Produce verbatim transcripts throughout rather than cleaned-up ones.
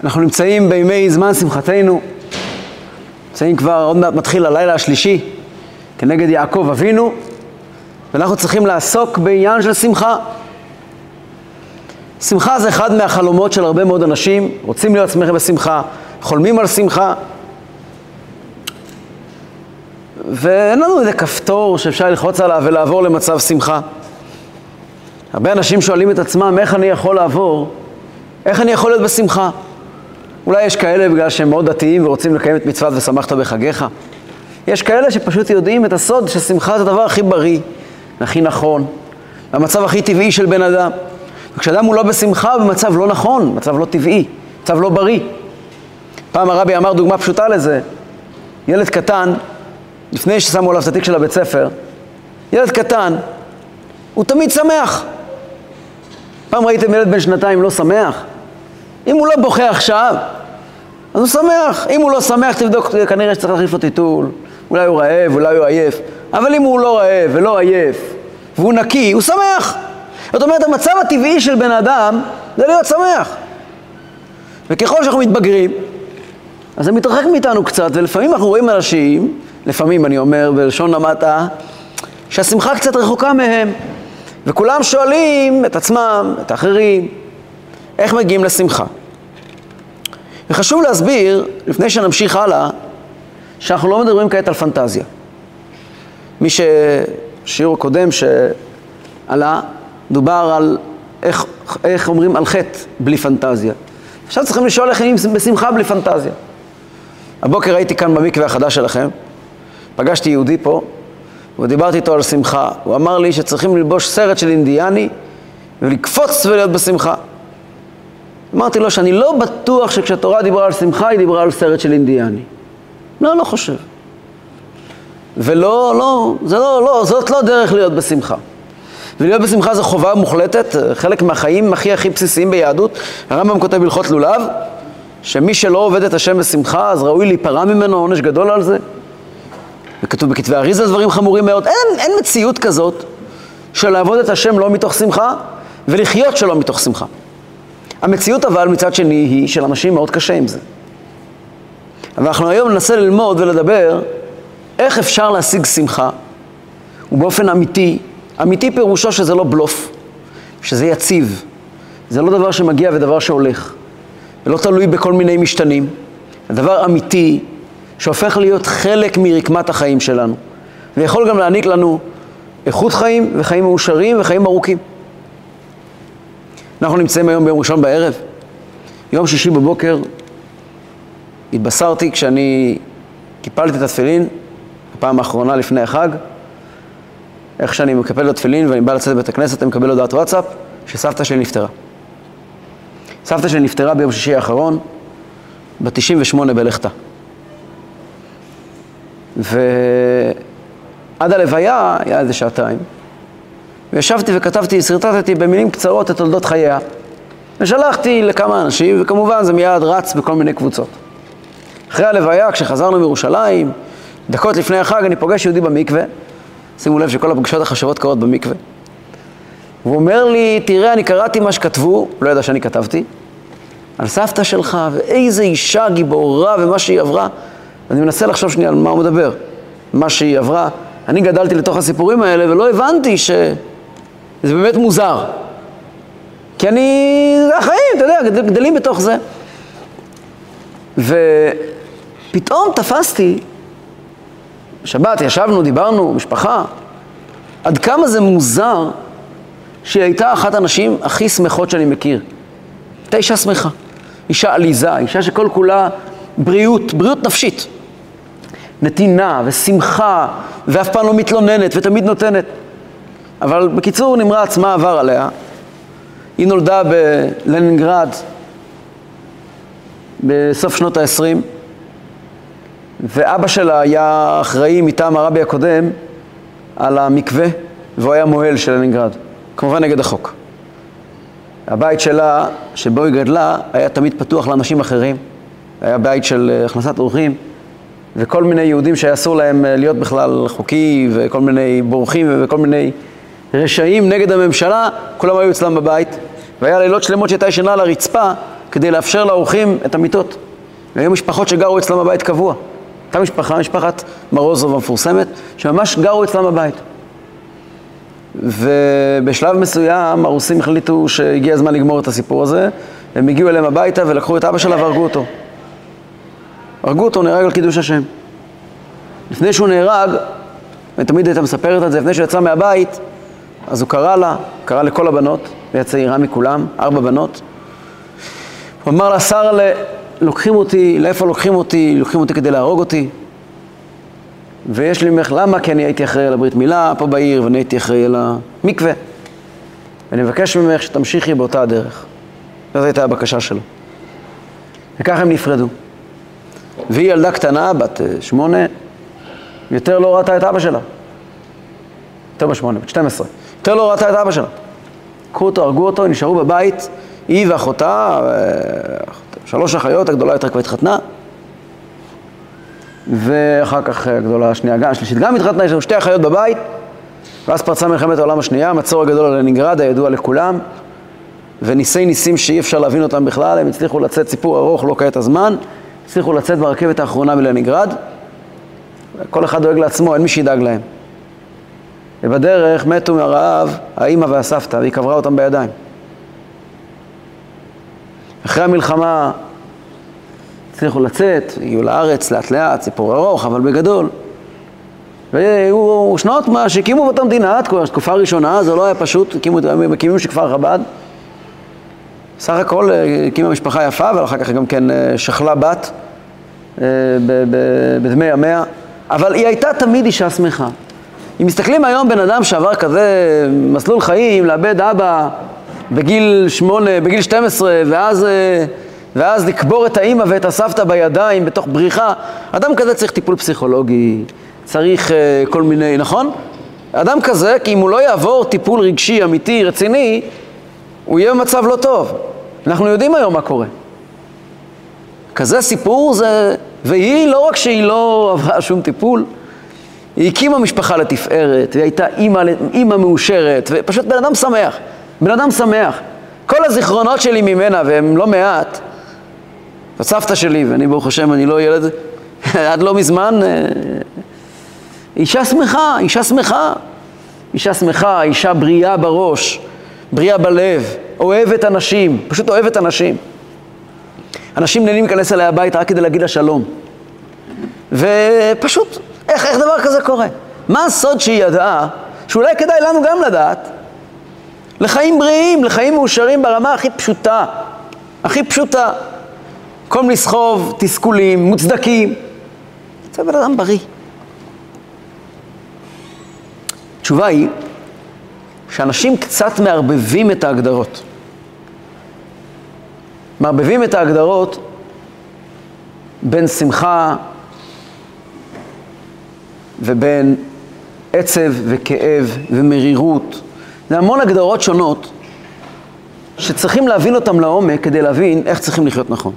אנחנו נמצאים בימי זמן שמחתנו, נמצאים כבר, עוד מעט מתחיל הלילה השלישי, כנגד יעקב אבינו, ואנחנו צריכים לעסוק בעניין של שמחה. שמחה זה אחד מהחלומות של הרבה מאוד אנשים, רוצים להיות שמחים בשמחה, חולמים על שמחה, ואין לנו איזה כפתור שאפשר ללחוץ עליו ולעבור למצב שמחה. הרבה אנשים שואלים את עצמם, איך אני יכול לעבור? איך אני יכול להיות בשמחה? אולי יש כאלה בגלל שהם מאוד דתיים ורוצים לקיים את מצוות ושמחת בחגיך. יש כאלה שפשוט יודעים את הסוד ששמחה זה הדבר הכי בריא, הכי נכון, המצב הכי טבעי של בן אדם. וכשאדם הוא לא בשמחה, הוא במצב לא נכון, מצב לא טבעי, מצב לא בריא. פעם הרבי אמר דוגמה פשוטה לזה, ילד קטן, לפני ששמו עליו את התיק של הבית ספר, ילד קטן, הוא תמיד שמח. פעם ראיתם ילד בן שנתיים לא שמח? אם הוא לא בוכה עכשיו, אז הוא שמח. אם הוא לא שמח, תבדוק, כנראה שצריך להחליף לו טיטול. אולי הוא רעב, אולי הוא עייף. אבל אם הוא לא רעב ולא עייף, והוא נקי, הוא שמח. זאת אומרת, המצב הטבעי של בן אדם זה להיות שמח. וככל שאנחנו מתבגרים, אז זה מתרחק מאיתנו קצת, ולפעמים אנחנו רואים אנשים, לפעמים אני אומר בלשון המעטה, שהשמחה קצת רחוקה מהם. וכולם שואלים את עצמם, את האחרים, איך מגיעים לשמחה. וחשוב להסביר, לפני שנמשיך הלאה, שאנחנו לא מדברים כעת על פנטזיה. מי ששיעור הקודם שעלה, דובר על איך, איך אומרים על חטא בלי פנטזיה. עכשיו צריכים לשאול איך נהיים בשמחה בלי פנטזיה. הבוקר הייתי כאן במקווה החדש שלכם, פגשתי יהודי פה, ודיברתי איתו על שמחה. הוא אמר לי שצריכים ללבוש סרט של אינדיאני ולקפוץ ולהיות בשמחה. אמרתי לו שאני לא בטוח שכשהתורה דיברה על שמחה היא דיברה על סרט של אינדיאני. לא, לא חושב. ולא, לא, זה לא, לא, זאת לא דרך להיות בשמחה. ולהיות בשמחה זו חובה מוחלטת, חלק מהחיים הכי הכי בסיסיים ביהדות. הרמב"ם כותב בהלכות לולב, שמי שלא עובד את השם בשמחה, אז ראוי להיפרע ממנו, עונש גדול על זה. וכתוב בכתבי אריז"ל דברים חמורים מאוד. אין, אין מציאות כזאת של לעבוד את השם לא מתוך שמחה, ולחיות שלא מתוך שמחה. המציאות אבל מצד שני היא של אנשים מאוד קשה עם זה. אבל אנחנו היום ננסה ללמוד ולדבר איך אפשר להשיג שמחה, ובאופן אמיתי, אמיתי פירושו שזה לא בלוף, שזה יציב, זה לא דבר שמגיע ודבר שהולך, ולא תלוי בכל מיני משתנים, זה דבר אמיתי שהופך להיות חלק מרקמת החיים שלנו, ויכול גם להעניק לנו איכות חיים וחיים מאושרים וחיים ארוכים. אנחנו נמצאים היום ביום ראשון בערב. יום שישי בבוקר התבשרתי כשאני קיפלתי את התפילין, הפעם האחרונה לפני החג, איך שאני מקפל את התפילין ואני בא לצאת לבית הכנסת, אני מקבל הודעת וואטסאפ, שסבתא שלי נפטרה. סבתא שלי נפטרה ביום שישי האחרון, ב-תשעים ושמונה בלכתה. ועד הלוויה היה איזה שעתיים, וישבתי וכתבתי, סרטטתי במילים קצרות את תולדות חייה, ושלחתי לכמה אנשים, וכמובן זה מיד רץ בכל מיני קבוצות. אחרי הלוויה, כשחזרנו מירושלים, דקות לפני החג, אני פוגש יהודי במקווה, שימו לב שכל הפגשות החשובות קורות במקווה, והוא אומר לי, תראה, אני קראתי מה שכתבו, לא ידע שאני כתבתי, על סבתא שלך, ואיזה אישה גיבורה ומה שהיא עברה. אני מנסה לחשוב שנייה על מה הוא מדבר, מה שהיא עברה. אני גדלתי לתוך הסיפורים האלה ולא הבנתי שזה באמת מוזר. כי אני, זה החיים, אתה יודע, גדל, גדלים בתוך זה. ופתאום תפסתי, בשבת ישבנו, דיברנו, משפחה, עד כמה זה מוזר שהיא הייתה אחת הנשים הכי שמחות שאני מכיר. הייתה אישה שמחה, אישה עליזה, אישה שכל כולה בריאות, בריאות נפשית. נתינה ושמחה, ואף פעם לא מתלוננת ותמיד נותנת. אבל בקיצור נמרץ מה עבר עליה. היא נולדה בלנינגרד בסוף שנות ה-עשרים, ואבא שלה היה אחראי מטעם הרבי הקודם על המקווה, והוא היה מוהל של לנינגרד, כמובן נגד החוק. הבית שלה, שבו היא גדלה, היה תמיד פתוח לאנשים אחרים, היה בית של הכנסת אורחים, וכל מיני יהודים שאסור להם להיות בכלל חוקי, וכל מיני בורחים וכל מיני רשעים נגד הממשלה, כולם היו אצלם בבית, והיה לילות שלמות שהייתה ישנה על הרצפה, כדי לאפשר לאורחים את המיטות. והיו משפחות שגרו אצלם בבית קבוע. הייתה משפחה, משפחת מרוזוב המפורסמת, שממש גרו אצלם בבית. ובשלב מסוים הרוסים החליטו שהגיע הזמן לגמור את הסיפור הזה, הם הגיעו אליהם הביתה ולקחו את אבא שלה והרגו אותו. הרגו אותו, נהרג על קידוש השם. לפני שהוא נהרג, ותמיד הייתה מספרת את זה, לפני שהוא יצא מהבית, אז הוא קרא לה, קרא לכל הבנות, והיא צעירה מכולם, ארבע בנות. הוא אמר לה, שר, לוקחים אותי, לאיפה לוקחים אותי? לוקחים אותי כדי להרוג אותי. ויש לי ממך, למה? כי אני הייתי אחראי על הברית מילה פה בעיר, ואני הייתי אחראי על המקווה. ואני מבקש ממך שתמשיכי באותה הדרך. וזו הייתה הבקשה שלו. וככה הם נפרדו. והיא ילדה קטנה, בת שמונה, יותר לא ראתה את אבא שלה. יותר בשמונה, בת שתים עשרה. יותר לא ראתה את אבא שלה. קחו אותו, הרגו אותו, נשארו בבית, היא ואחותה, שלוש אחיות, הגדולה יותר כבר התחתנה. ואחר כך הגדולה השנייה, השלישית גם התחתנה, יש לנו שתי אחיות בבית. ואז פרצה מלחמת העולם השנייה, המצור הגדול על לנינגרד, הידוע לכולם. וניסי ניסים שאי אפשר להבין אותם בכלל, הם הצליחו לצאת, סיפור ארוך, לא כעת הזמן, הצליחו לצאת ברכבת האחרונה מלנינגרד. כל אחד דואג לעצמו, אין מי שידאג להם. ובדרך מתו מהרעב האמא והסבתא, והיא קברה אותם בידיים. אחרי המלחמה הצליחו לצאת, הגיעו לארץ לאט לאט, סיפור ארוך, אבל בגדול. והיו שנות מה שהקימו באותה מדינה, תקופה ראשונה, זה לא היה פשוט, הקימו, מקימים שכפר חב"ד. סך הכל הקימה משפחה יפה, ואחר כך גם כן שכלה בת בדמי ימיה. אבל היא הייתה תמיד אישה שמחה. אם מסתכלים היום בן אדם שעבר כזה מסלול חיים, לאבד אבא בגיל שמונה, בגיל שתים עשרה, ואז, ואז לקבור את האמא ואת הסבתא בידיים בתוך בריחה, אדם כזה צריך טיפול פסיכולוגי, צריך כל מיני, נכון? אדם כזה, כי אם הוא לא יעבור טיפול רגשי, אמיתי, רציני, הוא יהיה במצב לא טוב. אנחנו יודעים היום מה קורה. כזה סיפור זה, והיא לא רק שהיא לא עברה שום טיפול, היא הקימה משפחה לתפארת, והיא הייתה אימא, אימא מאושרת, ופשוט בן אדם שמח, בן אדם שמח. כל הזיכרונות שלי ממנה, והם לא מעט, הסבתא שלי, ואני ברוך השם, אני לא ילד, עד לא מזמן, אישה שמחה, אישה שמחה, אישה שמחה, אישה בריאה בראש, בריאה בלב, אוהבת אנשים, פשוט אוהבת אנשים. אנשים נהנים להיכנס אליה הביתה רק כדי להגיד לה שלום. ופשוט, איך, איך דבר כזה קורה? מה הסוד שהיא ידעה, שאולי כדאי לנו גם לדעת, לחיים בריאים, לחיים מאושרים ברמה הכי פשוטה, הכי פשוטה. קום לסחוב, תסכולים, מוצדקים. זה בן אדם בריא. התשובה היא, שאנשים קצת מערבבים את ההגדרות. מערבבים את ההגדרות בין שמחה ובין עצב וכאב ומרירות. זה המון הגדרות שונות שצריכים להבין אותם לעומק כדי להבין איך צריכים לחיות נכון.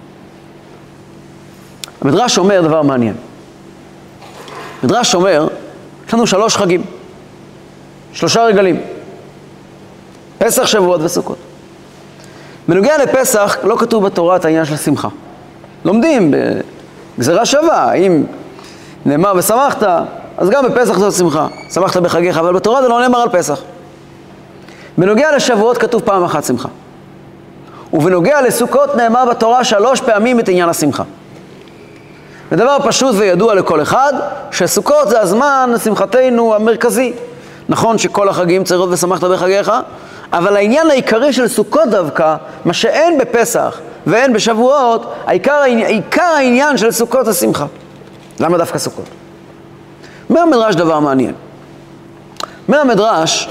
המדרש אומר דבר מעניין. המדרש אומר, יש לנו שלוש חגים, שלושה רגלים, פסח, שבועות וסוכות. בנוגע לפסח לא כתוב בתורה את העניין של שמחה. לומדים בגזרה שווה, אם נאמר ושמחת, אז גם בפסח זאת שמחה, שמחת בחגיך, אבל בתורה זה לא נאמר על פסח. בנוגע לשבועות כתוב פעם אחת שמחה. ובנוגע לסוכות נאמר בתורה שלוש פעמים את עניין השמחה. ודבר פשוט וידוע לכל אחד, שסוכות זה הזמן שמחתנו המרכזי. נכון שכל החגים צריכות ושמחת בחגיך, אבל העניין העיקרי של סוכות דווקא, מה שאין בפסח ואין בשבועות, העיקר, העיקר העניין של סוכות זה שמחה. למה דווקא סוכות? אומר המדרש דבר מעניין. אומר המדרש,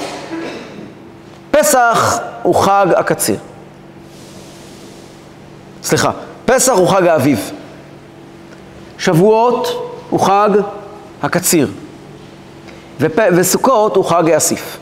פסח הוא חג הקציר. סליחה, פסח הוא חג האביב. שבועות הוא חג הקציר. ופ... וסוכות הוא חג האסיף.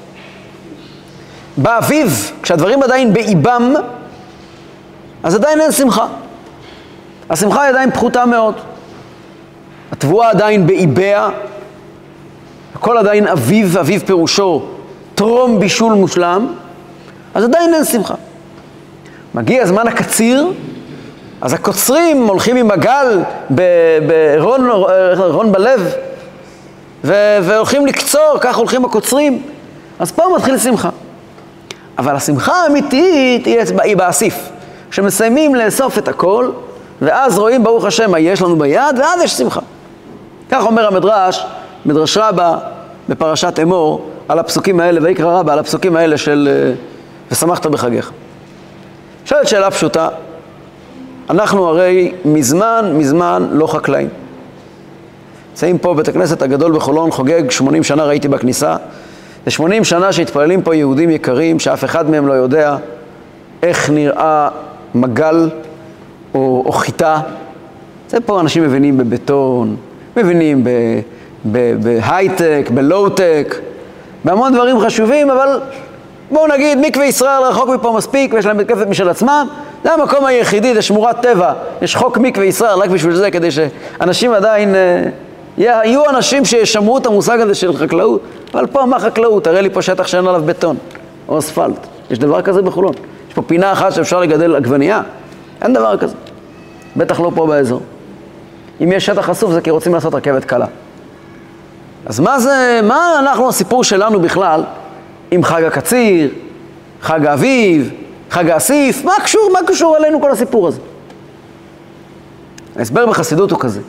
באביב, כשהדברים עדיין באיבם, אז עדיין אין שמחה. השמחה היא עדיין פחותה מאוד. התבואה עדיין באיביה, הכל עדיין אביב, אביב פירושו טרום בישול מושלם, אז עדיין אין שמחה. מגיע הזמן הקציר, אז הקוצרים הולכים עם הגל ברון, רון בלב, והולכים לקצור, כך הולכים הקוצרים. אז פה מתחיל שמחה. אבל השמחה האמיתית היא באסיף. כשמסיימים לאסוף את הכל, ואז רואים ברוך השם מה יש לנו ביד, ואז יש שמחה. כך אומר המדרש, מדרש רבה בפרשת אמור, על הפסוקים האלה, ויקרא רבה, על הפסוקים האלה של ושמחת בחגיך. שואלת שאלה פשוטה, אנחנו הרי מזמן, מזמן לא חקלאים. נמצאים פה בית הכנסת הגדול בחולון, חוגג שמונים שנה, ראיתי בכניסה. זה שמונים שנה שהתפללים פה יהודים יקרים, שאף אחד מהם לא יודע איך נראה מגל או, או חיטה. זה פה אנשים מבינים בבטון, מבינים בהייטק, בלואו-טק, בהמון דברים חשובים, אבל בואו נגיד, מקווה ישראל רחוק מפה מספיק, ויש להם בית כנסת משל עצמם. זה המקום היחידי, זה שמורת טבע, יש חוק מקווה ישראל רק בשביל זה, כדי שאנשים עדיין, יהיו אנשים שישמרו את המושג הזה של חקלאות. אבל פה מה חקלאות? תראה לי פה שטח שאין עליו בטון או אספלט. יש דבר כזה בחולון. יש פה פינה אחת שאפשר לגדל עגבנייה. אין דבר כזה. בטח לא פה באזור. אם יש שטח חשוף זה כי רוצים לעשות רכבת קלה. אז מה זה, מה אנחנו, הסיפור שלנו בכלל עם חג הקציר, חג האביב, חג האסיף? מה קשור, מה קשור אלינו כל הסיפור הזה? ההסבר בחסידות הוא כזה.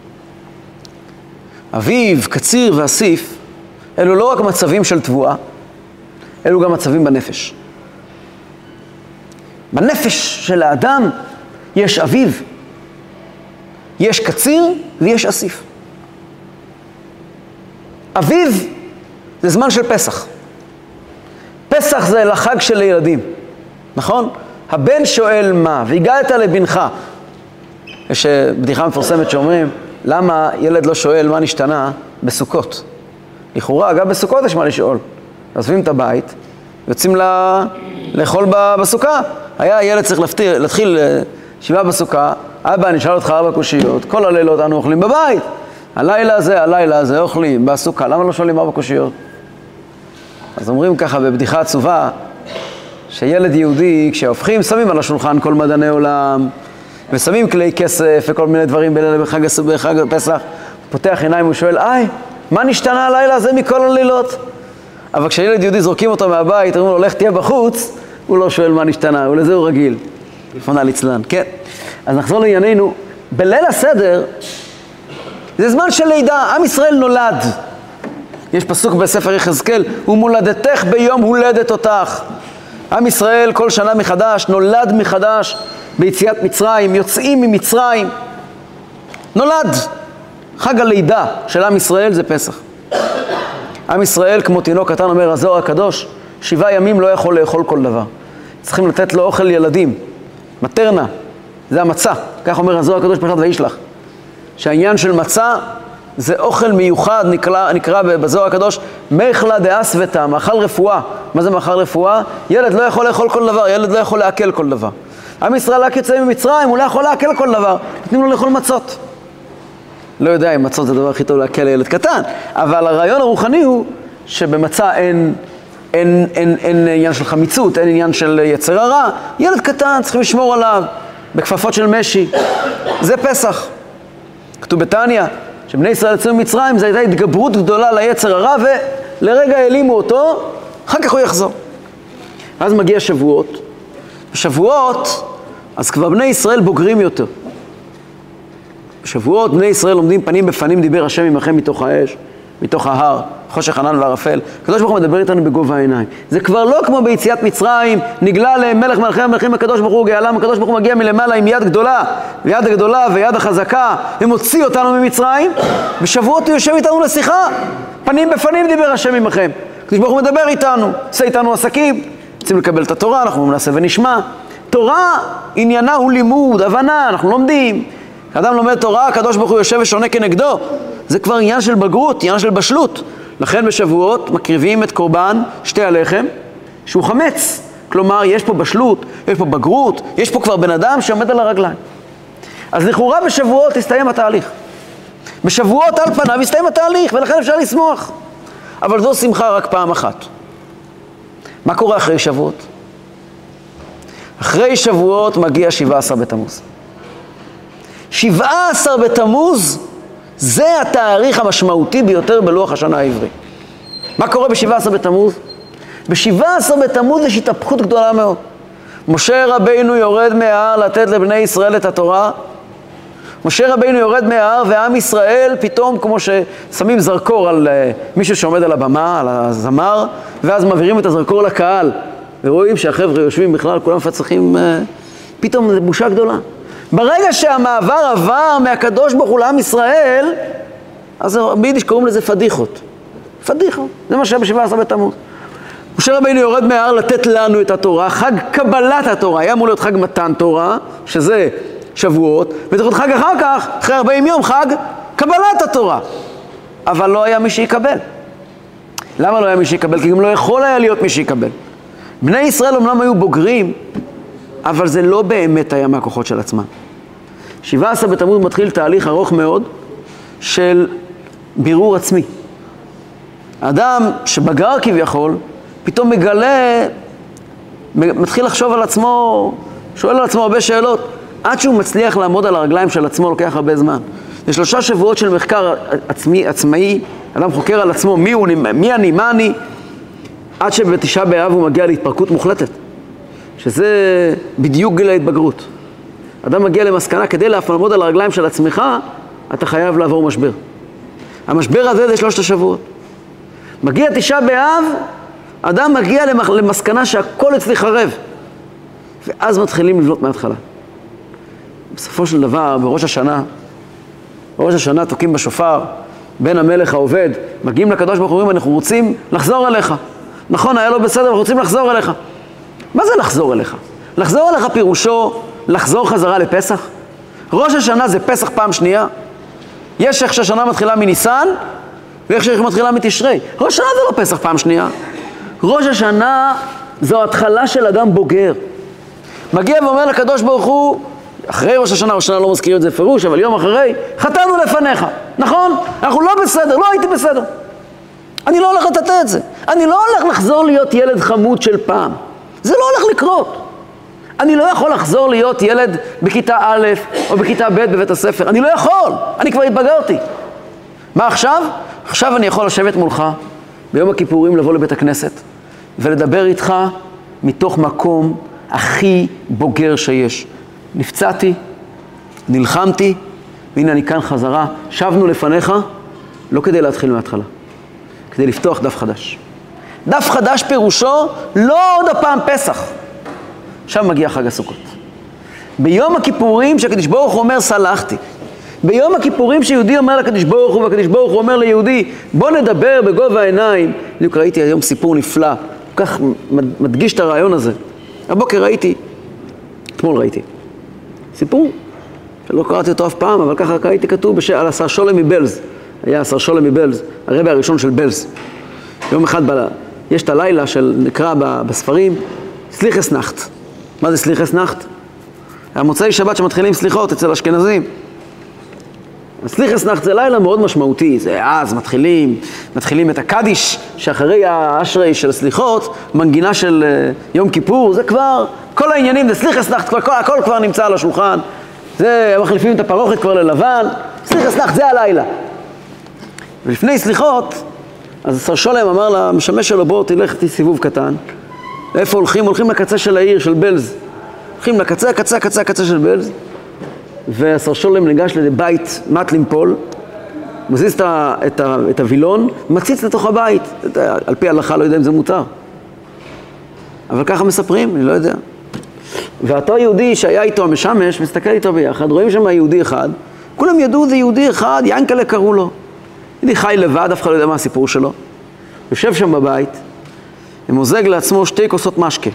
אביב, קציר ואסיף, אלו לא רק מצבים של תבואה, אלו גם מצבים בנפש. בנפש של האדם יש אביב, יש קציר ויש אסיף. אביב זה זמן של פסח. פסח זה לחג של ילדים, נכון? הבן שואל מה, והגעת לבנך. יש בדיחה מפורסמת שאומרים, למה ילד לא שואל מה נשתנה בסוכות? לכאורה, גם בסוכות יש מה לשאול. עוזבים את הבית, יוצאים לה... לאכול בסוכה. היה ילד צריך לפתיר, להתחיל שבעה בסוכה, אבא, אני אשאל אותך ארבע קושיות, כל הלילות אנו אוכלים בבית. הלילה הזה, הלילה הזה אוכלים בסוכה, למה לא שואלים ארבע קושיות? אז אומרים ככה בבדיחה עצובה, שילד יהודי, כשהופכים, שמים על השולחן כל מדעני עולם, ושמים כלי כסף וכל מיני דברים בלילה בחג, בחג הפסח, פותח עיניים הוא שואל, איי, מה נשתנה הלילה הזה מכל הלילות? אבל כשילד יהודי זורקים אותו מהבית, אומרים לו, לך תהיה בחוץ, הוא לא שואל מה נשתנה, ולזה הוא רגיל. לפונה ליצלן, כן. אז נחזור לענייננו, בליל הסדר, זה זמן של לידה, עם ישראל נולד. יש פסוק בספר יחזקאל, ומולדתך ביום הולדת אותך. עם ישראל כל שנה מחדש, נולד מחדש ביציאת מצרים, יוצאים ממצרים. נולד. חג הלידה של עם ישראל זה פסח. עם ישראל, כמו תינוק קטן, אומר הזוהר הקדוש, שבעה ימים לא יכול לאכול כל דבר. צריכים לתת לו אוכל ילדים. מטרנה, זה המצה. כך אומר הזוהר הקדוש פרשת וישלח. שהעניין של מצה זה אוכל מיוחד, נקרא, נקרא בזוהר הקדוש, מחלה דאסוותא, מאכל רפואה. מה זה מאכל רפואה? ילד לא יכול לאכול כל דבר, ילד לא יכול לעכל כל דבר. עם ישראל רק יוצא ממצרים, הוא לא יכול לעכל כל דבר. נותנים לו לאכול מצות. לא יודע אם מצות זה הדבר הכי טוב לעכל לילד קטן, אבל הרעיון הרוחני הוא שבמצה אין, אין, אין, אין עניין של חמיצות, אין עניין של יצר הרע. ילד קטן צריכים לשמור עליו בכפפות של משי. זה פסח. כתוב בתניא, שבני ישראל יצאו ממצרים, זו הייתה התגברות גדולה ליצר הרע, ולרגע העלימו אותו, אחר כך הוא יחזור. אז מגיע שבועות. בשבועות, אז כבר בני ישראל בוגרים יותר. בשבועות בני ישראל עומדים פנים בפנים, דיבר השם עמכם מתוך האש, מתוך ההר, חושך ענן וערפל. הקדוש ברוך הוא מדבר איתנו בגובה העיניים. זה כבר לא כמו ביציאת מצרים, נגלה למלך מלכי המלכים הקדוש ברוך הוא, גאלם, הקדוש ברוך הוא מגיע מלמעלה עם יד גדולה, ויד הגדולה ויד החזקה, ומוציא אותנו ממצרים. בשבועות הוא יושב איתנו לשיחה, פנים בפנים דיבר השם עמכם. הקדוש ברוך הוא מדבר איתנו, עושה איתנו עסקים, רוצים לקבל את התורה, אנחנו נעשה ונשמע. תורה עניינה הוא לימוד, הבנה, אנחנו לומדים. כשאדם לומד תורה, הקדוש ברוך הוא יושב ושונה כנגדו. זה כבר עניין של בגרות, עניין של בשלות. לכן בשבועות מקריבים את קורבן שתי הלחם, שהוא חמץ. כלומר, יש פה בשלות, יש פה בגרות, יש פה כבר בן אדם שעומד על הרגליים. אז לכאורה בשבועות הסתיים התהליך. בשבועות על פניו הסתיים התהליך, ולכן אפשר לשמוח. אבל זו שמחה רק פעם אחת. מה קורה אחרי שבועות? אחרי שבועות מגיע שבעה עשר בתמוז. שבעה עשר בתמוז זה התאריך המשמעותי ביותר בלוח השנה העברי. מה קורה ב-שבעה עשר בתמוז? ב-שבעה עשר בתמוז יש התהפכות גדולה מאוד. משה רבינו יורד מההר לתת לבני ישראל את התורה. משה רבינו יורד מההר ועם ישראל פתאום כמו ששמים זרקור על uh, מישהו שעומד על הבמה, על הזמר, ואז מעבירים את הזרקור לקהל. ורואים שהחבר'ה יושבים בכלל, כולם מפצחים, uh, פתאום זו בושה גדולה. ברגע שהמעבר עבר מהקדוש ברוך הוא לעם ישראל, אז ביידיש קוראים לזה פדיחות. פדיחות, זה מה שהיה ב-שבעה עשר בתמוז. משה רבינו יורד מההר לתת לנו את התורה, חג קבלת התורה, היה אמור להיות חג מתן תורה, שזה שבועות, ותכף חג אחר כך, אחרי ארבעים יום, חג קבלת התורה. אבל לא היה מי שיקבל. למה לא היה מי שיקבל? כי גם לא יכול היה להיות מי שיקבל. בני ישראל אומנם היו בוגרים, אבל זה לא באמת היה מהכוחות של עצמם. שבעה עשר בתמוז מתחיל תהליך ארוך מאוד של בירור עצמי. האדם שבגר כביכול, פתאום מגלה, מתחיל לחשוב על עצמו, שואל על עצמו הרבה שאלות, עד שהוא מצליח לעמוד על הרגליים של עצמו, לוקח הרבה זמן. זה שלושה שבועות של מחקר עצמי, עצמאי, אדם חוקר על עצמו מי הוא, מי אני, מה אני, עד שבתשעה באב הוא מגיע להתפרקות מוחלטת, שזה בדיוק גיל ההתבגרות. אדם מגיע למסקנה, כדי לעמוד על הרגליים של עצמך, אתה חייב לעבור משבר. המשבר הזה זה שלושת השבועות. מגיע תשעה באב, אדם מגיע למסקנה שהכל אצלי חרב, ואז מתחילים לבנות מההתחלה. בסופו של דבר, בראש השנה, בראש השנה תוקים בשופר, בן המלך העובד, מגיעים לקדוש ברוך הוא, אומרים, אנחנו רוצים לחזור אליך. נכון, היה לו בסדר, אנחנו רוצים לחזור אליך. מה זה לחזור אליך? לחזור אליך פירושו לחזור חזרה לפסח? ראש השנה זה פסח פעם שנייה. יש איך שהשנה מתחילה מניסן, ואיך שהיא מתחילה מתשרי. ראש השנה זה לא פסח פעם שנייה. ראש השנה זו התחלה של אדם בוגר. מגיע ואומר לקדוש ברוך הוא, אחרי ראש השנה, ראש השנה לא מזכיר את זה פירוש, אבל יום אחרי, חטאנו לפניך. נכון? אנחנו לא בסדר, לא הייתי בסדר. אני לא הולך לטאטא את זה. אני לא הולך לחזור להיות ילד חמוד של פעם. זה לא הולך לקרות. אני לא יכול לחזור להיות ילד בכיתה א' או בכיתה ב' בבית הספר. אני לא יכול. אני כבר התבגרתי. מה עכשיו? עכשיו אני יכול לשבת מולך ביום הכיפורים, לבוא לבית הכנסת ולדבר איתך מתוך מקום הכי בוגר שיש. נפצעתי, נלחמתי, והנה אני כאן חזרה. שבנו לפניך, לא כדי להתחיל מההתחלה, כדי לפתוח דף חדש. דף חדש פירושו לא עוד הפעם פסח. עכשיו מגיע חג הסוכות. ביום הכיפורים שהקדוש ברוך הוא אומר סלחתי. ביום הכיפורים שיהודי אומר לקדוש ברוך הוא, והקדוש ברוך הוא אומר ליהודי, בוא נדבר בגובה העיניים. בדיוק ראיתי היום סיפור נפלא, כל כך מדגיש את הרעיון הזה. הבוקר ראיתי, אתמול ראיתי, סיפור, שלא קראתי אותו אף פעם, אבל ככה ראיתי כתוב בשל, על השר שולם מבלז. היה השר שולם מבלז, הרבי הראשון של בלז. יום אחד ב... יש את הלילה של נקרא בספרים, סליחס נחת. מה זה סליחס נחת? המוצאי שבת שמתחילים סליחות אצל אשכנזים. הסליחס נחת זה לילה מאוד משמעותי, זה אז מתחילים, מתחילים את הקדיש, שאחרי האשרי של הסליחות, מנגינה של uh, יום כיפור, זה כבר, כל העניינים, זה סליחס נחת, הכל, הכל כבר נמצא על השולחן, זה, מחליפים את הפרוכת כבר ללבן, סליחס נחת זה הלילה. ולפני סליחות, אז השר שולם אמר למשמש שלו, בוא תלך איתי סיבוב קטן. איפה הולכים? הולכים לקצה של העיר, של בלז. הולכים לקצה, קצה, קצה, קצה של בלז. והשר שולם ניגש לבית מת לימפול, מזיז את, ה, את, ה, את הווילון, מציץ לתוך הבית. על פי ההלכה לא יודע אם זה מותר. אבל ככה מספרים, אני לא יודע. ואותו יהודי שהיה איתו המשמש, מסתכל איתו ביחד, רואים שם יהודי אחד, כולם ידעו זה יהודי אחד, ינקלה קראו לו. יהודי חי לבד, אף אחד לא יודע מה הסיפור שלו. יושב שם בבית, ומוזג לעצמו שתי כוסות משקה.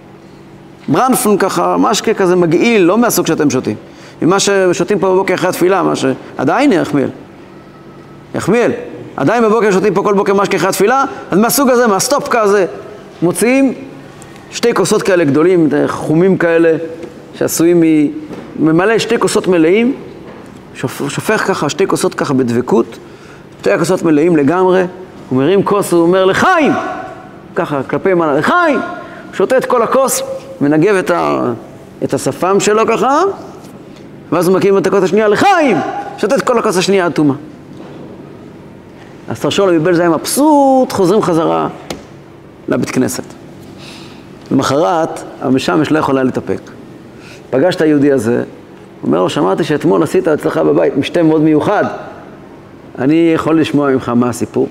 ברנפון ככה, משקה כזה מגעיל, לא מהסוג שאתם שותים. ממה ששותים פה בבוקר אחרי התפילה, מה שעדיין יחמיאל. יחמיאל. עדיין בבוקר שותים פה כל בוקר משקה אחרי התפילה, אז מהסוג הזה, מהסטופ כזה, מוציאים שתי כוסות כאלה גדולים, חומים כאלה, שעשויים ממלא שתי כוסות מלאים, שופך ככה, שתי כוסות ככה בדבקות, שתי הכוסות מלאים לגמרי, הוא מרים כוס, הוא אומר לחיים! ככה, כלפי מעלה, לחיים! הוא שותה את כל הכוס, מנגב את, ה, את השפם שלו ככה, ואז הוא מקים את הכוס השנייה לחיים, שותה את כל הכוס השנייה אטומה. אז תרשו לו מבעל זה היה מבסוט, חוזרים חזרה לבית כנסת. למחרת, המשמש לא יכולה להתאפק. פגש את היהודי הזה, הוא אומר לו, שמעתי שאתמול עשית אצלך בבית משתה מאוד מיוחד. אני יכול לשמוע ממך מה הסיפור.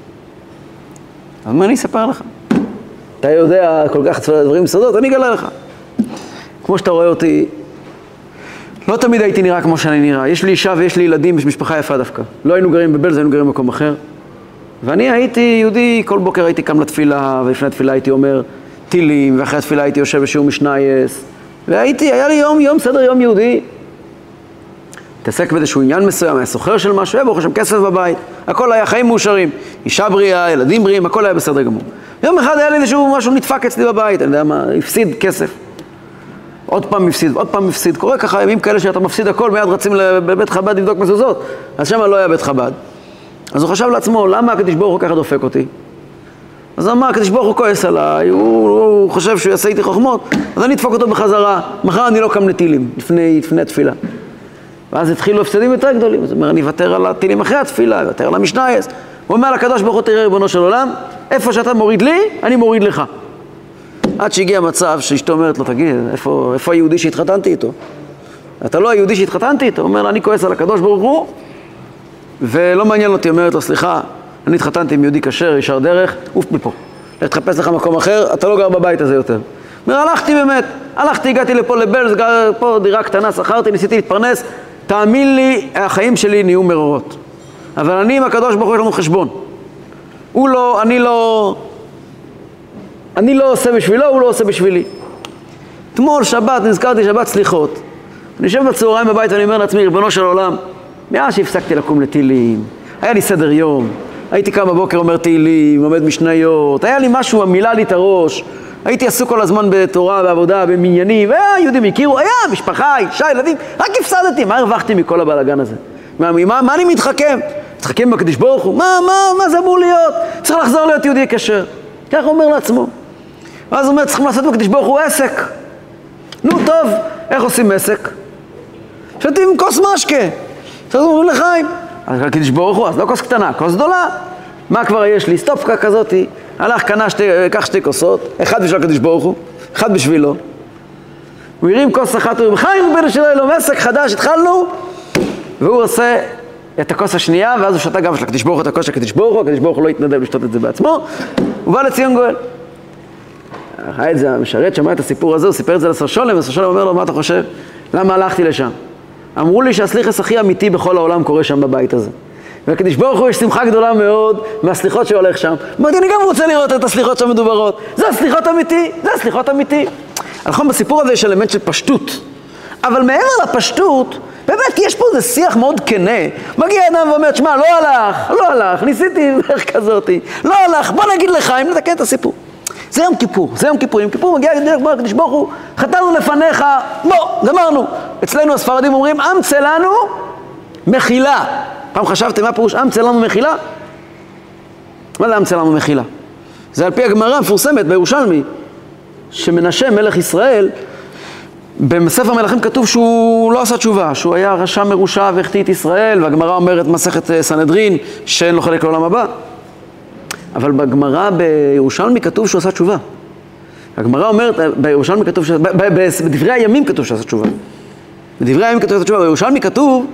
אבל מה אני אספר לך? אתה יודע כל כך דברים בסודות, אני אגלה לך. כמו שאתה רואה אותי, לא תמיד הייתי נראה כמו שאני נראה. יש לי אישה ויש לי ילדים, יש משפחה יפה דווקא. לא היינו גרים בבלז, היינו גרים במקום אחר. ואני הייתי יהודי, כל בוקר הייתי קם לתפילה, ולפני התפילה הייתי אומר תילים, ואחרי התפילה הייתי יושב בשיעור משנייס. והייתי, היה לי יום, יום, סדר יום יהודי. תעסק באיזשהו עניין מסוים, היה סוחר של משהו, היה ברוך השם כסף בבית. הכל היה חיים מאושרים. אישה בריאה, ילדים בריאים, הכל היה בסדר גמור. יום אחד היה לי איזשהו משהו נדפק אצלי בבית, אני יודע מה, הפסיד כסף. עוד פעם מפסיד, עוד פעם מפסיד. קורה ככה ימים כאלה שאתה מפסיד הכל, מיד רצים לבית חב"ד לבדוק מזוזות. אז שמה לא היה בית חב"ד. אז הוא חשב לעצמו, למה הקדוש ברוך הוא ככה דופק אותי? אז אמר, הקדוש ברוך הוא כועס עליי, הוא, הוא חושב שהוא יעשה איתי חוכמות, אז אני אדפוק אותו בחזרה, מחר אני לא קם לטילים, לפני, לפני התפילה. ואז התחילו הפסדים יותר גדולים, זאת אומרת, אני אוותר על הטילים אחרי התפילה, אוותר על המשנייס. הוא אומר לקדוש ברוך הוא, תראה ריבונו של עולם, איפה שאתה מוריד לי, אני מוריד לך. עד שהגיע מצב שאשתו אומרת לו, תגיד, איפה, איפה היהודי שהתחתנתי איתו? אתה לא היהודי שהתחתנתי איתו? הוא אומר לה, אני כועס על הקדוש ברוך הוא, ולא מעניין אותי, אומרת לו, סליחה, אני התחתנתי עם יהודי כשר, ישר דרך, אוף מפה. תחפש לך מקום אחר, אתה לא גר בבית הזה יותר. אומר, הלכתי באמת, הלכתי, הגעתי לפה לבלז, גר פה דירה קטנה, שכרתי, ניסיתי להתפרנס, תאמין לי, החיים שלי נהיו מרורות. אבל אני עם הקדוש ברוך הוא יש לנו חשבון. הוא לא, אני לא, אני לא עושה בשבילו, הוא לא עושה בשבילי. אתמול שבת, נזכרתי שבת סליחות. אני יושב בצהריים בבית ואני אומר לעצמי, ריבונו של עולם, מאז שהפסקתי לקום לתהילים, היה לי סדר יום, הייתי קם בבוקר אומר תהילים, עומד משניות, היה לי משהו, מילא לי את הראש, הייתי עסוק כל הזמן בתורה, בעבודה, במניינים, והיהודים הכירו, היה משפחה, אישה, ילדים, רק הפסדתי, מה הרווחתי מכל הבלגן הזה? מה, מה, מה אני מתחכם? מתחכם בקדוש ברוך הוא? מה, מה, מה זה אמור להיות? צריך לחזור להיות יהודי כשר. ככה הוא אומר לעצמו. ואז הוא אומר, צריכים לעשות בקדוש ברוך הוא עסק. נו טוב, איך עושים עסק? שותים כוס משקה. אז הוא אומר לחיים. אז קדוש ברוך הוא, אז לא כוס קטנה, כוס גדולה. מה כבר יש לי? סטופקה כזאתי. הלך, קנה שתי, קח שתי כוסות, אחד בשביל הקדוש ברוך הוא, אחד בשבילו. הוא הרים כוס אחת, הוא אומר, חיים ריבונו של עולם, עסק חדש, התחלנו. והוא עושה את הכוס השנייה, ואז הוא שתה גם של הקדוש ברוך הוא, את הכוס של הקדוש ברוך הוא, הקדוש ברוך הוא לא התנדב לשתות את זה בעצמו. הוא בא לציון גואל. היה את זה, המשרת שמע את הסיפור הזה, הוא סיפר את זה לשר שולם, וסר שולם אומר לו, מה אתה חושב? למה הלכתי לשם? אמרו לי שהסליחס הכי אמיתי בכל העולם קורה שם בבית הזה. והקדוש ברוך הוא יש שמחה גדולה מאוד מהסליחות שהולך שם. אמרתי, אני גם רוצה לראות את הסליחות שמדוברות. זה הסליחות אמיתי, זה הסליחות אמיתי. נכון, בסיפור הזה יש אלמנט של פשטות. אבל מעבר לפשטות, באמת יש פה איזה שיח מאוד כנה. מגיע אדם ואומר, שמה, לא הלך, לא הלך, ניסיתי דרך כזאתי, לא הלך, בוא נגיד לך, אם נתקן את הסיפור. זה יום כיפור, זה יום כיפור. יום כיפור מגיע הקדוש ברוך הוא, חטאנו לפניך, בוא, גמרנו. אצלנו הספרדים אומרים, אמצא לנו מחילה. פעם חשבתם מה פירוש אמצא לנו מחילה? מה זה אמצא לנו מחילה? זה על פי הגמרא המפורסמת בירושלמי, שמנשה מלך ישראל, בספר מלכים כתוב שהוא לא עשה תשובה, שהוא היה רשע מרושע והחטיא את ישראל, והגמרא אומרת מסכת סנהדרין שאין לו חלק לעולם הבא. אבל בגמרא בירושלמי כתוב שהוא עשה תשובה. הגמרא אומרת, בירושלמי כתוב, בדברי הימים כתוב שהוא עשה תשובה. בדברי הימים כתוב שהוא עשה תשובה, בירושלמי כתוב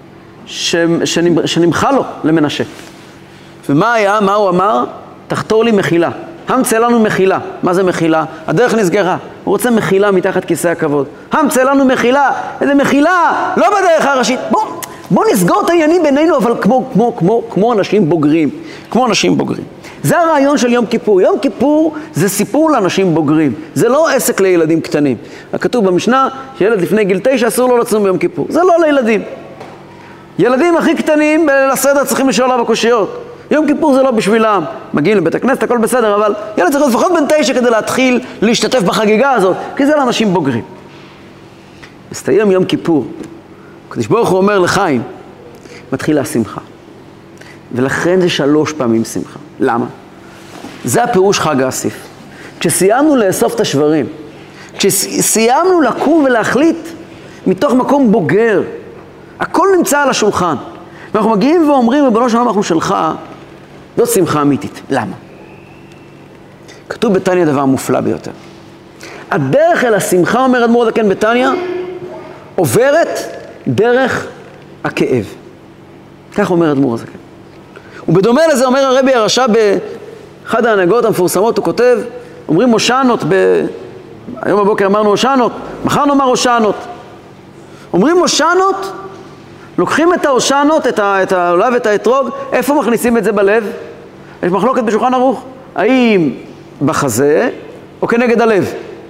שנמחה לו למנשה. ומה היה? מה הוא אמר? תחתור לי מחילה. המצא לנו מחילה. מה זה מחילה? הדרך נסגרה. הוא רוצה מחילה מתחת כיסא הכבוד. המצא לנו מחילה. איזה מחילה? לא בדרך הראשית. בוא, בוא נסגור את העניינים בינינו, אבל כמו, כמו, כמו, כמו אנשים בוגרים. כמו אנשים בוגרים. זה הרעיון של יום כיפור. יום כיפור זה סיפור לאנשים בוגרים. זה לא עסק לילדים קטנים. הכתוב במשנה שילד לפני גיל תשע אסור לו לצום ביום כיפור. זה לא לילדים. ילדים הכי קטנים לסדר צריכים לשאול עליו הקושיות. יום כיפור זה לא בשבילם. מגיעים לבית הכנסת, הכל בסדר, אבל ילד צריך לפחות בין תשע כדי להתחיל להשתתף בחגיגה הזאת, כי זה לאנשים בוגרים. מסתיים יום כיפור. הקדוש ברוך הוא אומר לחיים, מתחילה שמחה. ולכן זה שלוש פעמים שמחה. למה? זה הפירוש חג האסיף. כשסיימנו לאסוף את השברים, כשסיימנו לקום ולהחליט, מתוך מקום בוגר. הכל נמצא על השולחן. ואנחנו מגיעים ואומרים, ריבונו של עולם, אנחנו שלך, זאת שמחה אמיתית. למה? כתוב בתניא דבר מופלא ביותר. הדרך אל השמחה, אומר אדמו"ר הזקן בתניא, עוברת דרך הכאב. כך אומר אדמו"ר הזקן. ובדומה לזה אומר הרבי הרש"ב באחד ההנהגות המפורסמות, הוא כותב, אומרים הושענות, ב... היום בבוקר אמרנו הושענות, מחר נאמר הושענות. אומרים הושענות, לוקחים את ההושענות, את, ה... את הלולב ואת האתרוג, איפה מכניסים את זה בלב? יש מחלוקת בשולחן ערוך, האם בחזה או כנגד הלב?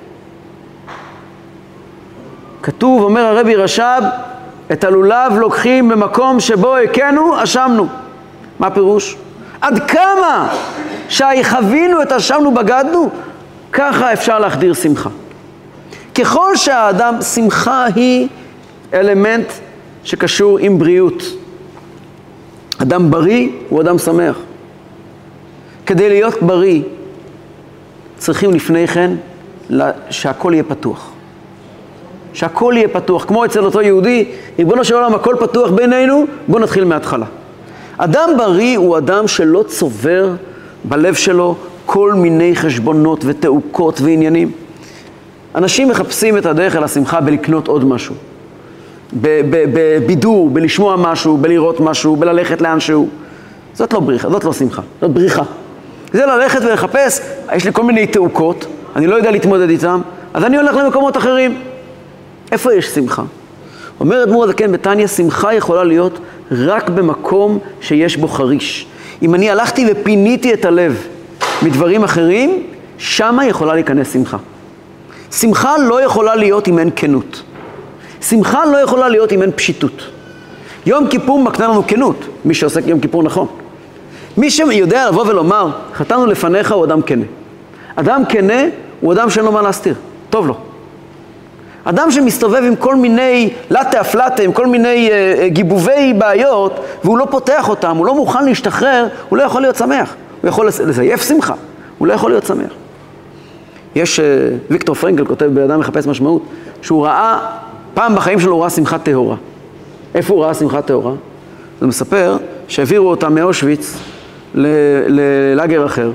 כתוב, אומר הרבי רש"ב, את הלולב לוקחים במקום שבו הכינו, אשמנו. מה פירוש? עד כמה שהחווינו את אשמנו בגדנו, ככה אפשר להחדיר שמחה. ככל שהאדם, שמחה היא אלמנט שקשור עם בריאות. אדם בריא הוא אדם שמח. כדי להיות בריא, צריכים לפני כן שהכל יהיה פתוח. שהכל יהיה פתוח, כמו אצל אותו יהודי, ריבונו של עולם, הכל פתוח בינינו, בוא נתחיל מההתחלה. אדם בריא הוא אדם שלא צובר בלב שלו כל מיני חשבונות ותעוקות ועניינים. אנשים מחפשים את הדרך אל השמחה בלקנות עוד משהו. בבידור, בלשמוע משהו, בלראות משהו, בללכת לאנשהו. זאת לא בריחה, זאת לא שמחה, זאת בריחה. זה ללכת ולחפש, יש לי כל מיני תעוקות, אני לא יודע להתמודד איתם, אז אני הולך למקומות אחרים. איפה יש שמחה? אומר אדמו"ר הזקן בתניא, שמחה יכולה להיות רק במקום שיש בו חריש. אם אני הלכתי ופיניתי את הלב מדברים אחרים, שמה יכולה להיכנס שמחה. שמחה לא יכולה להיות אם אין כנות. שמחה לא יכולה להיות אם אין פשיטות. יום כיפור מקנה לנו כנות, מי שעוסק יום כיפור נכון. מי שיודע לבוא ולומר, חטאנו לפניך, הוא אדם כנה. אדם כנה הוא אדם שאין לו מה להסתיר, טוב לו. אדם שמסתובב עם כל מיני לטה אפלטה, עם כל מיני uh, גיבובי בעיות, והוא לא פותח אותם, הוא לא מוכן להשתחרר, הוא לא יכול להיות שמח. הוא יכול לזייף שמחה, הוא לא יכול להיות שמח. יש, uh, ויקטור פרנקל כותב באדם מחפש משמעות, שהוא ראה, פעם בחיים שלו הוא ראה שמחה טהורה. איפה הוא ראה שמחה טהורה? זה מספר שהעבירו אותם מאושוויץ ללאגר אחר,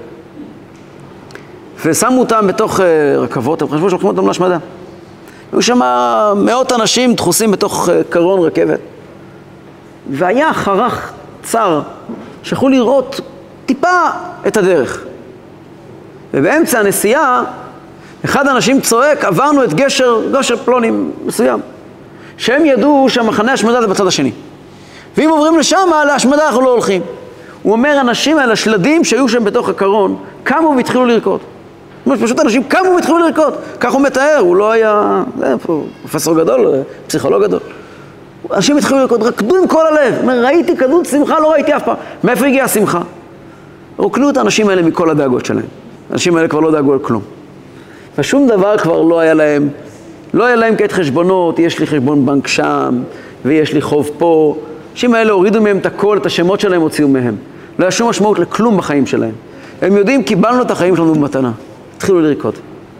ושמו אותם בתוך uh, רכבות, הם חשבו שלוקחים אותם להשמדה. היו שם מאות אנשים דחוסים בתוך קרון רכבת. והיה חרך צר שיכולו לראות טיפה את הדרך. ובאמצע הנסיעה, אחד האנשים צועק, עברנו את גשר, גשר פלונים מסוים, שהם ידעו שהמחנה השמדה זה בצד השני. ואם עוברים לשם, להשמדה אנחנו לא הולכים. הוא אומר, אנשים האלה, השלדים שהיו שם בתוך הקרון, קמו והתחילו לרקוד. פשוט אנשים קמו והתחילו לרקוד, כך הוא מתאר, הוא לא היה, זה פה, פרופסור גדול, פסיכולוג גדול. אנשים התחילו לרקוד, רקדו עם כל הלב, אומר, ראיתי כזאת שמחה, לא ראיתי אף פעם. מאיפה הגיעה השמחה? רוקנו את האנשים האלה מכל הדאגות שלהם. האנשים האלה כבר לא דאגו על כלום. ושום דבר כבר לא היה להם, לא היה להם כעת חשבונות, יש לי חשבון בנק שם, ויש לי חוב פה. האנשים האלה הורידו מהם את הכל, את השמות שלהם הוציאו מהם. לא היה שום משמעות לכלום בחיים שלהם. הם יודעים, קיבלנו את החיים שלנו במתנה. התחילו לרקוד.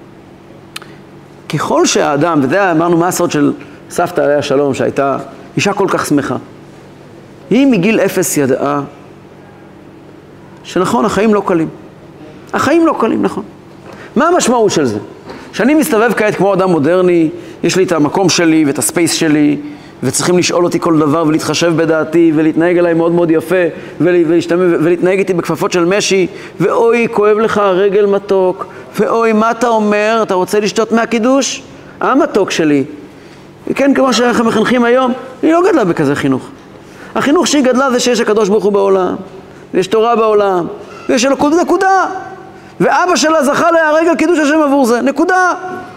ככל שהאדם, וזה אמרנו מה הסוד של סבתא עליה שלום, שהייתה אישה כל כך שמחה, היא מגיל אפס ידעה שנכון, החיים לא קלים. החיים לא קלים, נכון. מה המשמעות של זה? שאני מסתובב כעת כמו אדם מודרני, יש לי את המקום שלי ואת הספייס שלי, וצריכים לשאול אותי כל דבר ולהתחשב בדעתי ולהתנהג אליי מאוד מאוד יפה ולהתנהג איתי בכפפות של משי, ואוי, כואב לך הרגל מתוק, ואוי, מה אתה אומר? אתה רוצה לשתות מהקידוש? המתוק שלי. כן, כמו שאנחנו מחנכים היום, היא לא גדלה בכזה חינוך. החינוך שהיא גדלה זה שיש הקדוש ברוך הוא בעולם, ויש תורה בעולם, ויש אלוקות, נקודה. ואבא שלה זכה להרגל קידוש השם עבור זה, נקודה.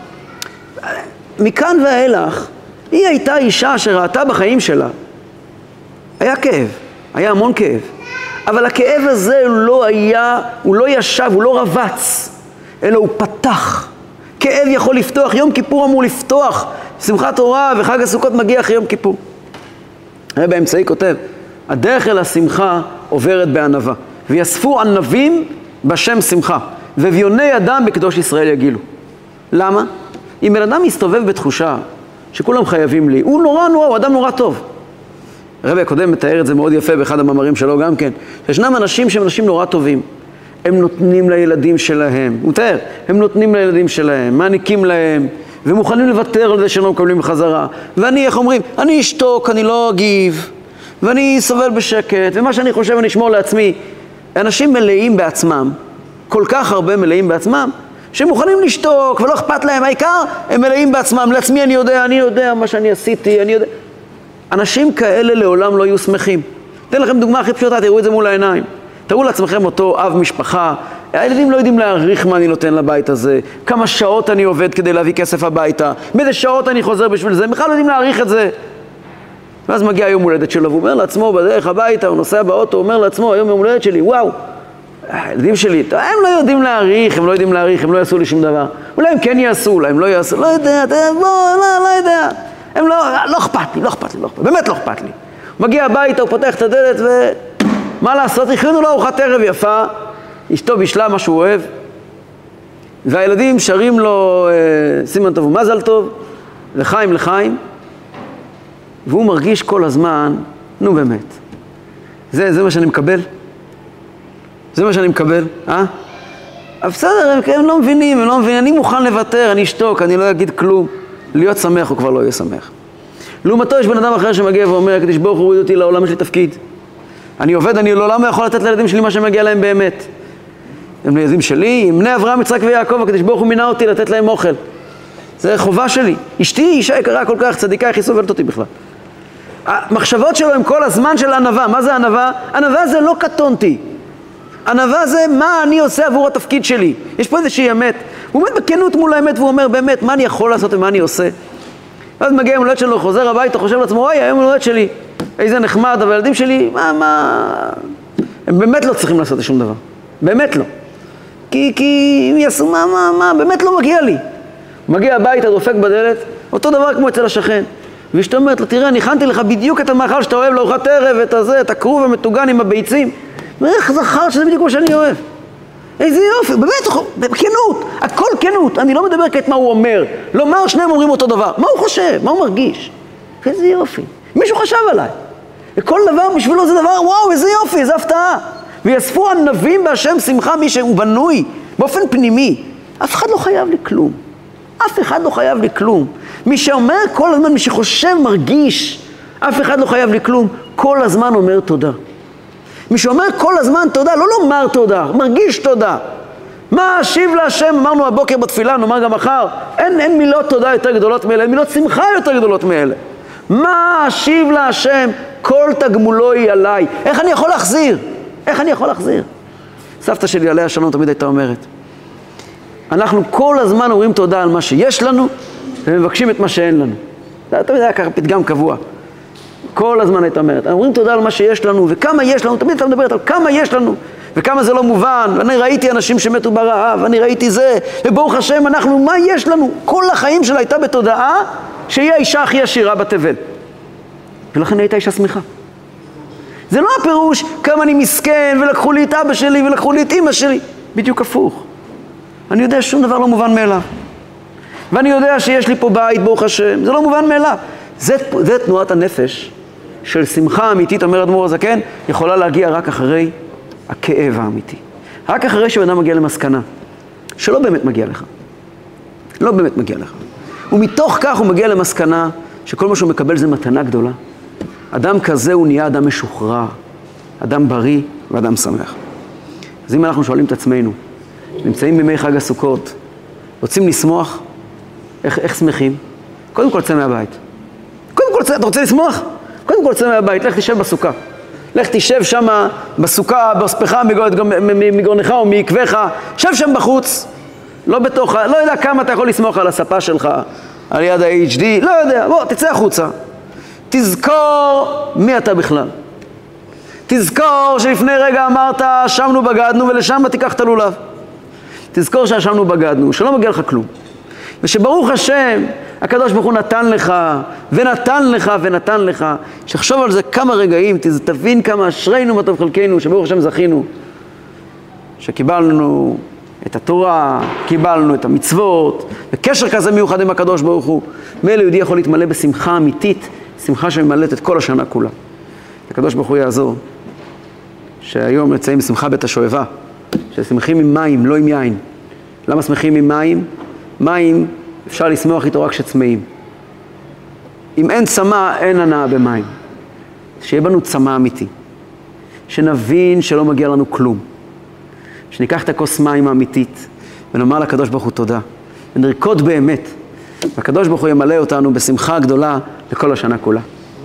מכאן ואילך, היא הייתה אישה שראתה בחיים שלה. היה כאב, היה המון כאב. אבל הכאב הזה לא היה, הוא לא ישב, הוא לא רבץ, אלא הוא פתח. כאב יכול לפתוח, יום כיפור אמור לפתוח. שמחת תורה וחג הסוכות מגיע אחרי יום כיפור. הרבי האמצעי כותב, הדרך אל השמחה עוברת בענווה. ויספו ענבים בשם שמחה, ואביוני אדם בקדוש ישראל יגילו. למה? אם בן אדם מסתובב בתחושה שכולם חייבים לי. הוא נורא נורא, הוא אדם נורא טוב. הרבי הקודם מתאר את זה מאוד יפה באחד המאמרים שלו גם כן. ישנם אנשים שהם אנשים נורא טובים. הם נותנים לילדים שלהם, הוא מתאר, הם נותנים לילדים שלהם, מעניקים להם, ומוכנים לוותר על זה שהם לא מקבלים בחזרה. ואני, איך אומרים, אני אשתוק, אני לא אגיב, ואני סובל בשקט, ומה שאני חושב אני אשמור לעצמי. אנשים מלאים בעצמם, כל כך הרבה מלאים בעצמם, שהם מוכנים לשתוק ולא אכפת להם, העיקר הם מלאים בעצמם, לעצמי אני יודע, אני יודע מה שאני עשיתי, אני יודע. אנשים כאלה לעולם לא יהיו שמחים. אתן לכם דוגמה הכי פשוטה, תראו את זה מול העיניים. תראו לעצמכם אותו אב משפחה, הילדים לא יודעים להעריך מה אני נותן לבית הזה, כמה שעות אני עובד כדי להביא כסף הביתה, באיזה שעות אני חוזר בשביל זה, בכלל לא יודעים להעריך את זה. ואז מגיע יום הולדת שלו, והוא אומר לעצמו בדרך הביתה, הוא נוסע באוטו, הוא אומר לעצמו, היום יום הולדת שלי, וואו, הילדים שלי, הם לא יודעים להעריך, הם לא יודעים להעריך, הם לא יעשו לי שום דבר. אולי הם כן יעשו, אולי הם לא יעשו, לא יודע, בוא, לא, לא יודע. הם לא, לא אכפת לי, לא אכפת לי, לא אכפת לי, באמת לא אכפת לי. הוא מגיע הביתה, הוא פותח את הדלת ו... מה לעשות? הכינו לו ארוחת ערב יפה, אשתו בישלה מה שהוא אוהב, והילדים שרים לו אה, סימן טוב ומזל טוב, לחיים לחיים, והוא מרגיש כל הזמן, נו באמת, זה, זה מה שאני מקבל? זה מה שאני מקבל, אה? אבל בסדר, הם, הם לא מבינים, הם לא מבינים, אני מוכן לוותר, אני אשתוק, אני לא אגיד כלום, להיות שמח הוא כבר לא יהיה שמח. לעומתו יש בן אדם אחר שמגיע ואומר, הקדוש ברוך הוא הוריד אותי לעולם, יש לי תפקיד. אני עובד, אני לעולם לא יכול לתת לילדים שלי מה שמגיע להם באמת. הם לילדים שלי, עם בני אברהם, יצחק ויעקב, הקדוש ברוך הוא מינה אותי לתת להם אוכל. זה חובה שלי. אשתי אישה יקרה כל כך, צדיקה, איך היא סובלת אותי בכלל. המחשבות שלו הם כל הזמן של ענווה. מה זה ענווה? ענווה זה לא קטונתי. ענווה זה מה אני עושה עבור התפקיד שלי. יש פה איזושהי אמת. הוא עומד בכנות מול האמת והוא אומר באמת, מה אני יכול לעשות ומה אני עושה. ואז מגיע יום הולדת שלו, חוזר הביתה, חושב לעצמו, אוי, היום הולדת שלי. איזה נחמד, אבל הילדים שלי, מה, מה... הם באמת לא צריכים לעשות שום דבר. באמת לא. כי, כי אם יעשו מה, מה, מה, באמת לא מגיע לי. מגיע הביתה, דופק בדלת, אותו דבר כמו אצל השכן. ואשתו אומרת לו, תראה, אני הכנתי לך בדיוק את המאכל שאתה אוהב לארוחת ערב, את הזה, את הכרוב המטוגן עם הביצים. ואיך זכר שזה בדיוק מה שאני אוהב. איזה יופי, באמת, בכנות, הכל כנות. אני לא מדבר כעת מה הוא אומר. לומר, שניהם אומרים אותו דבר. מה הוא חושב? מה הוא מרגיש? איזה יופי. מישהו חשב עליי. וכל דבר בשבילו זה דבר, וואו, איזה יופי, איזה הפתעה. ויאספו ענבים בהשם שמחה, מי שהוא בנוי, באופן פנימי. אף אחד לא חייב לי כלום. אף אחד לא חייב לי כלום. מי שאומר כל הזמן, מי שחושב, מרגיש, אף אחד לא חייב לי כלום, כל הזמן אומר תודה. מי שאומר כל הזמן תודה, לא לומר תודה, מרגיש תודה. מה אשיב להשם, אמרנו הבוקר בתפילה, נאמר גם מחר, אין, אין מילות תודה יותר גדולות מאלה, אין מילות שמחה יותר גדולות מאלה. מה אשיב להשם, כל תגמולו היא עליי. איך אני יכול להחזיר? איך אני יכול להחזיר? סבתא שלי עליה שלום תמיד הייתה אומרת, אנחנו כל הזמן אומרים תודה על מה שיש לנו, ומבקשים את מה שאין לנו. זה תמיד היה ככה פתגם קבוע. כל הזמן הייתה אומרת, אומרים תודה על מה שיש לנו, וכמה יש לנו, תמיד הייתה מדברת על כמה יש לנו, וכמה זה לא מובן, ואני ראיתי אנשים שמתו ברעב, ואני ראיתי זה, וברוך השם אנחנו, מה יש לנו? כל החיים שלה הייתה בתודעה, שהיא האישה הכי עשירה בתבל. ולכן הייתה אישה שמחה. זה לא הפירוש כמה אני מסכן, ולקחו לי את אבא שלי, ולקחו לי את אמא שלי. בדיוק הפוך. אני יודע שום דבר לא מובן מאליו. ואני יודע שיש לי פה בית, ברוך השם. זה לא מובן מאליו. זה, זה תנועת הנפש של שמחה אמיתית, אומר אדמו"ר הזקן, יכולה להגיע רק אחרי הכאב האמיתי. רק אחרי שבן אדם מגיע למסקנה, שלא באמת מגיע לך. לא באמת מגיע לך. ומתוך כך הוא מגיע למסקנה שכל מה שהוא מקבל זה מתנה גדולה. אדם כזה הוא נהיה אדם משוחרר, אדם בריא ואדם שמח. אז אם אנחנו שואלים את עצמנו, נמצאים בימי חג הסוכות, רוצים לשמוח, איך, איך שמחים? קודם כל צא מהבית. קודם כל צא, אתה רוצה לשמוח? קודם כל צא מהבית, לך תשב בסוכה. לך תשב שם בסוכה, בספך מגרונך או מעקבך, שב שם בחוץ, לא בתוך, לא יודע כמה אתה יכול לסמוך על הספה שלך, על יד ה-אייץ' די, לא יודע, בוא, תצא החוצה. תזכור מי אתה בכלל. תזכור שלפני רגע אמרת, שמנו בגדנו ולשם תיקח את הלולב. תזכור שהשמנו בגדנו, שלא מגיע לך כלום. ושברוך השם, הקדוש ברוך הוא נתן לך, ונתן לך, ונתן לך. שחשוב על זה כמה רגעים, תבין כמה אשרינו מה טוב חלקנו, שברוך השם זכינו. שקיבלנו את התורה, קיבלנו את המצוות, וקשר כזה מיוחד עם הקדוש ברוך הוא. מילא יהודי יכול להתמלא בשמחה אמיתית, שמחה שממלאת את כל השנה כולה. הקדוש ברוך הוא יעזור, שהיום נמצאים בשמחה בית השואבה, ששמחים עם מים, לא עם יין. למה שמחים עם מים? מים אפשר לשמוח איתו רק כשצמאים. אם אין צמא, אין הנאה במים. שיהיה בנו צמא אמיתי. שנבין שלא מגיע לנו כלום. שניקח את הכוס מים האמיתית, ונאמר לקדוש ברוך הוא תודה. ונרקוד באמת. והקדוש ברוך הוא ימלא אותנו בשמחה גדולה לכל השנה כולה.